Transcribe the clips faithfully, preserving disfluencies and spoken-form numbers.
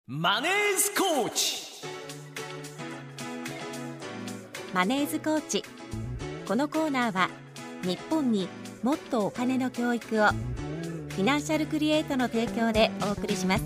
マネーズコーチ。 マネーズコーチ。このコーナーは日本にもっとお金の教育をフィナンシャルクリエイトの提供でお送りします。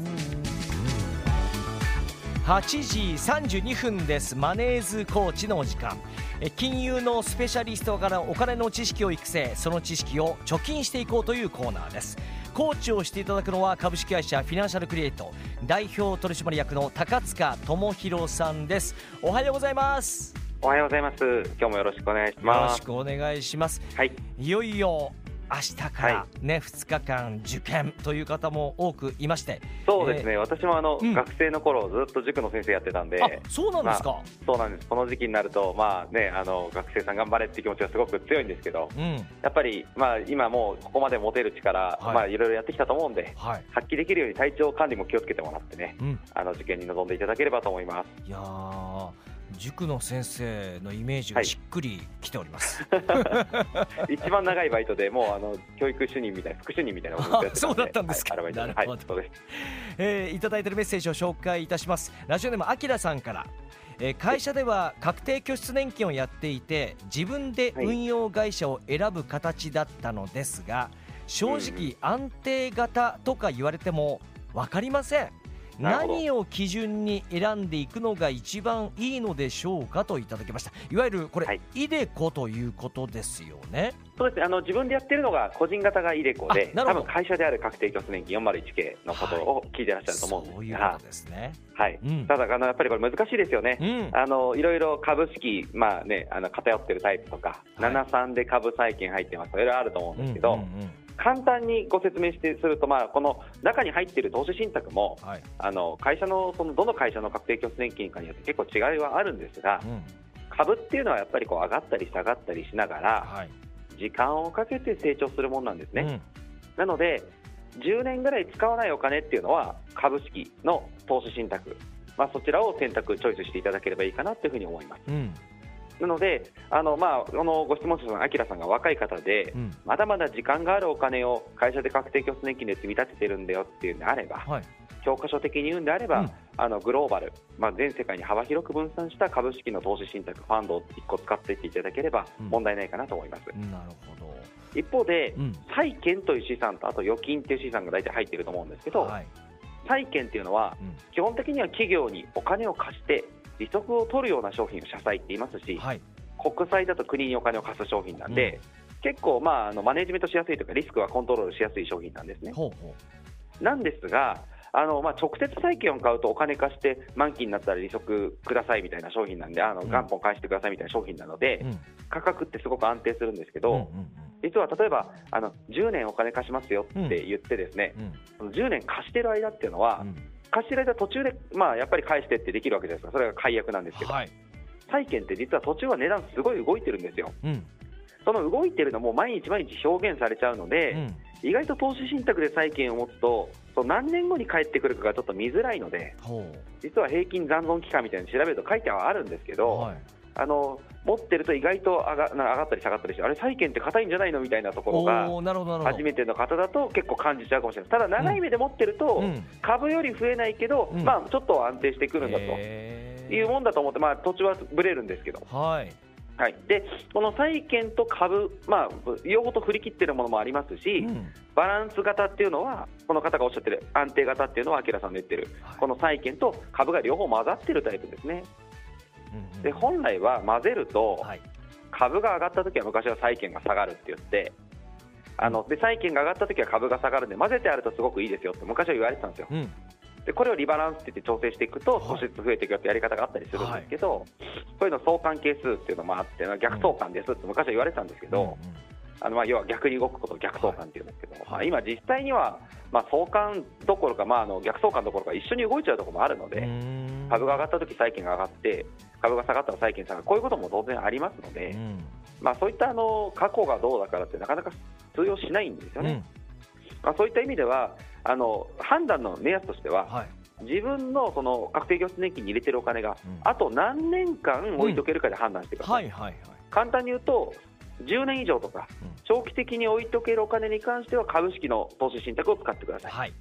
はちじさんじゅうにふんです。マネーズコーチのお時間。金融のスペシャリストからお金の知識を育成、その知識を貯金していこうというコーナーです。コーチをしていただくのは株式会社フィナンシャルクリエイト代表取締役の高塚智博さんです。おはようございます。 おはようございます。今日もよろしくお願いします。 よろしくお願いします。 はい、 いよいよ明日からね、はい、ふつかかん受験という方も多くいまして。 そうですね、えー、私もあの、うん、学生の頃ずっと塾の先生やってたんで。 あ、そうなんですか。 まあ、そうなんです。この時期になると、まあね、あの学生さん頑張れっていう気持ちがすごく強いんですけど、うん、やっぱり、まあ、今もうここまで持てる力、はい、まあ、いろいろやってきたと思うんで、はい、発揮できるように体調管理も気をつけてもらってね、うん、あの受験に臨んでいただければと思います。 いやー、塾の先生のイメージがしっくりきております、 はい、一番長いバイトでもうあの教育主任みたいな副主任みたいなことをやってたんで。 そうだったんですか。 はい、なるほど、はい、そうです。 えー、いただいているメッセージを紹介いたします。ラジオネームあきらさんから、えー、会社では確定拠出年金をやっていて自分で運用会社を選ぶ形だったのですが、正直安定型とか言われても分かりません。何を基準に選んでいくのが一番いいのでしょうかといただきました。いわゆるこれ、はい、イデコということですよね。 そうですね、あの自分でやってるのが個人型がイデコで、多分会社である確定拠出年金 よんまるいちケー のことを聞いてらっしゃると思うんですが、 そういうことですね。 はい、うん、ただあのやっぱりこれ難しいですよね、うん、あのいろいろ株式、まあね、あの偏ってるタイプとか、はい、ななさんで株債券入ってますとかいろいろあると思うんですけど、うんうんうん、簡単にご説明してすると、まあ、この中に入っている投資信託も、はい、あの会社のそのどの会社の確定拠出年金かによって結構違いはあるんですが、うん、株っていうのはやっぱりこう上がったり下がったりしながら、はい、時間をかけて成長するものなんですね、うん、なのでじゅうねんぐらい使わないお金っていうのは株式の投資信託、まあ、そちらを選択チョイスしていただければいいかなというふうに思います、うん、なのであの、まあ、このご質問者さん、あきらさんが若い方で、うん、まだまだ時間があるお金を会社で確定拠出年金で積み立ててるんだよっていうんであれば、はい、教科書的に言うんであれば、うん、あのグローバル、まあ、全世界に幅広く分散した株式の投資信託ファンドをいっこ使っていっていただければ問題ないかなと思います、うん、 なるほど。 一方で、うん、債券という資産とあと預金という資産が大体入っていると思うんですけど、はい、債券というのは、うん、基本的には企業にお金を貸して利息を取るような商品を社債って言いますし、はい、国債だと国にお金を貸す商品なんで、うん、結構、まあ、あのマネジメントしやすいというかリスクはコントロールしやすい商品なんですね。ほうほう。なんですがあの、まあ、直接債券を買うとお金貸して満期になったら利息くださいみたいな商品なんで、あの元本返してくださいみたいな商品なので、うん、価格ってすごく安定するんですけど、うんうんうん、実は例えばあのじゅうねんお金貸しますよって言ってですね、うんうん、じゅうねん貸してる間っていうのは、うん、貸してる間途中で、まあ、やっぱり返してってできるわけですから、それが解約なんですけど、はい、債券って実は途中は値段すごい動いてるんですよ、うん、その動いてるのも毎日毎日表現されちゃうので、うん、意外と投資信託で債券を持つとそう何年後に返ってくるかがちょっと見づらいので、実は平均残存期間みたいなの調べると書いてはあるんですけど、はい、あの持ってると意外と上が、上がったり下がったりして、あれ債券って硬いんじゃないのみたいなところが初めての方だと結構感じちゃうかもしれない。ただ長い目で持ってると、うん、株より増えないけど、うん、まあ、ちょっと安定してくるんだというもんだと思って、まあ、途中はブレるんですけど、はいはい、でこの債券と株、まあ、両方と振り切っているものもありますし、うん、バランス型っていうのはこの方がおっしゃってる安定型っていうのはあきらさんの言ってる、はい、この債券と株が両方混ざっているタイプですね、うんうん、で本来は混ぜると、はい、株が上がったときは昔は債券が下がるって言ってあので債券が上がったときは株が下がるんで混ぜてあるとすごくいいですよって昔は言われてたんですよ、うん、でこれをリバランスって言って調整していくと少しずつ増えていくよってやり方があったりするんですけど、はい、そういうの相関係数っていうのもあって逆相関ですって昔は言われてたんですけど、うんうん、あのまあ要は逆に動くことを逆相関っていうんですけど、はいまあ、今実際にはまあ相関どころか、まあ、あの逆相関どころか一緒に動いちゃうところもあるので、株が上がったとき債券が上がって株が下がったら債券下がる、こういうことも当然ありますので、うんまあ、そういったあの過去がどうだからってなかなか通用しないんですよね、うんまあ、そういった意味ではあの判断の目安としては、はい、自分のその確定拠出年金に入れてるお金が、うん、あと何年間置いとけるかで判断してください、うんはいはいはい、簡単に言うとじゅうねん以上とか、うん、長期的に置いとけるお金に関しては株式の投資信託を使ってください、はい、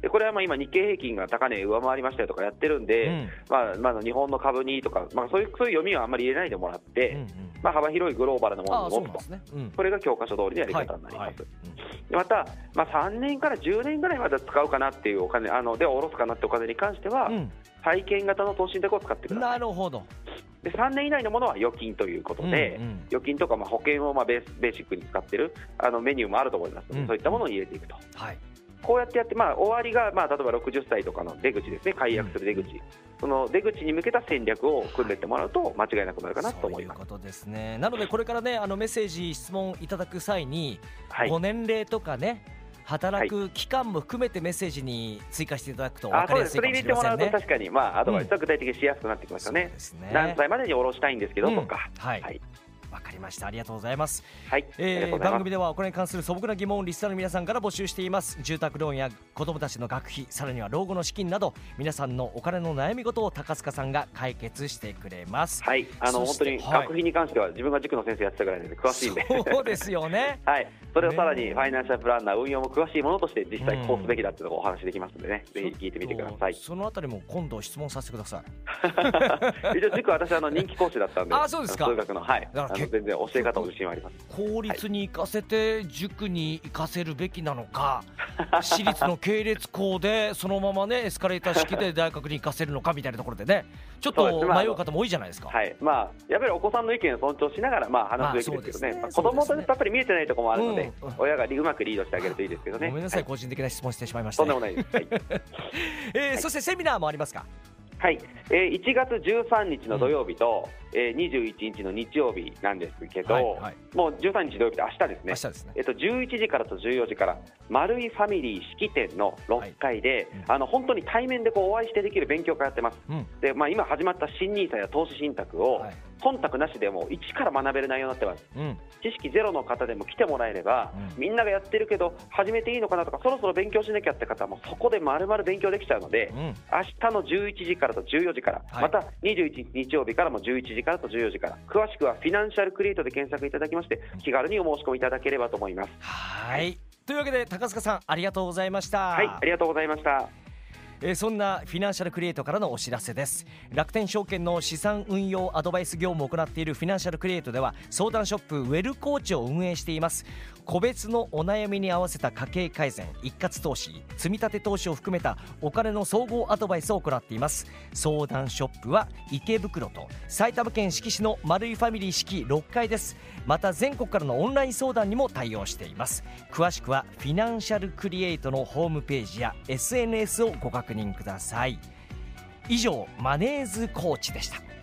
でこれはまあ今、日経平均が高値上回りましたよとかやってるんで、うんまあ、まあ日本の株にとか、まあ、そういうそういう読みはあんまり入れないでもらって、うんうんまあ、幅広いグローバルなものを持つと、ねうん、これが教科書通りのやり方になります。はいはいうん、また、まあ、さんねんからじゅうねんぐらいまで使うかなっていうお金あのでは下ろすかなってお金に関しては、うん、債券型の投資信託を使ってください。 なるほど。 でさんねん以内のものは預金ということで、うんうん、預金とかまあ保険をまあベースベーシックに使っているあのメニューもあると思いますので、うん、そういったものを入れていくと、はい、こうやってやって、まあ、終わりが、まあ、例えばろくじゅっさいとかの出口ですね、解約する出口、うん、その出口に向けた戦略を組んでいってもらうと間違いなくなるかなと思います。 そういうことですね。なのでこれからねあのメッセージ質問いただく際に、はい、ご年齢とかね働く期間も含めてメッセージに追加していただくと分かりやすいかもしれませんね。それ入れてもらうと確かに、まあ、アドバイスは具体的にしやすくなってきますよね。うん、そうですね。何歳までに下ろしたいんですけど、うん、とか、はいはいわかりました。ありがとうございます。はい、えー、番組ではお金に関する素朴な疑問をリスナーの皆さんから募集しています。住宅ローンや子どもたちの学費、さらには老後の資金など皆さんのお金の悩み事を高塚さんが解決してくれます。 はい、あの本当に学費に関しては自分が塾の先生やってたぐらいで詳しいんで、 そうですよね。 はい、それをさらにファイナンシャルプランナー運用も詳しいものとして実際こうすべきだっていうのをお話しできますのでね、ぜひ聞いてみてください。 そのあたりも今度質問させてください。一応塾は私あの人気講師だったんで、 あ、そうですか。 数学の、はい、あの全然教え方自信はあります。 公立に行かせて塾に行かせるべきなのか、私立の系列校でそのままねエスカレーター式で大学に行かせるのかみたいなところでねちょっと迷う方も多いじゃないですか。 はい、まあやっぱりお子さんの意見を尊重しながらまあ話すべきですけどね、まあ、子供とやっぱり見えてないところもあるので、うんうん、親がうまくリードしてあげるといいですけどね。 ごめんなさい、はい、個人的な質問してしまいました、ね、 とんでもないです、はいえーはい、そしてセミナーもありますか。 はい、えー、いちがつじゅうさんにちの土曜日と、うんえー、にじゅういちにちの日曜日なんですけど、はいはい、もうじゅうさんにち土曜日って明日ですね。 明日ですね。 えっと、じゅういちじからとじゅうよじから丸いファミリー式典のろっかいで、はいうん、あの本当に対面でこうお会いしてできる勉強会やってます。うん、で、まあ、今始まった新ニーサや投資信託を、はい忖度なしでも一から学べる内容になってます、うん、知識ゼロの方でも来てもらえれば、うん、みんながやってるけど始めていいのかなとかそろそろ勉強しなきゃって方もそこで丸々勉強できちゃうので、うん、明日のじゅういちじからとじゅうよじから、はい、またにじゅういちにち日曜日からもじゅういちじからとじゅうよじから詳しくはフィナンシャルクリエイトで検索いただきまして気軽にお申し込みいただければと思います。 はいというわけで高塚さんありがとうございました。 はいありがとうございました。 えー、そんなフィナンシャルクリエイトからのお知らせです。楽天証券の資産運用アドバイス業務を行っているフィナンシャルクリエイトでは相談ショップウェルコーチを運営しています。個別のお悩みに合わせた家計改善、一括投資、積立投資を含めたお金の総合アドバイスを行っています。相談ショップは池袋と埼玉県志木市の丸いファミリー式ろっかいです。また全国からのオンライン相談にも対応しています。詳しくはフィナンシャルクリエイトのホームページや エスエヌエス をご確認ください。以上マネーズコーチでした。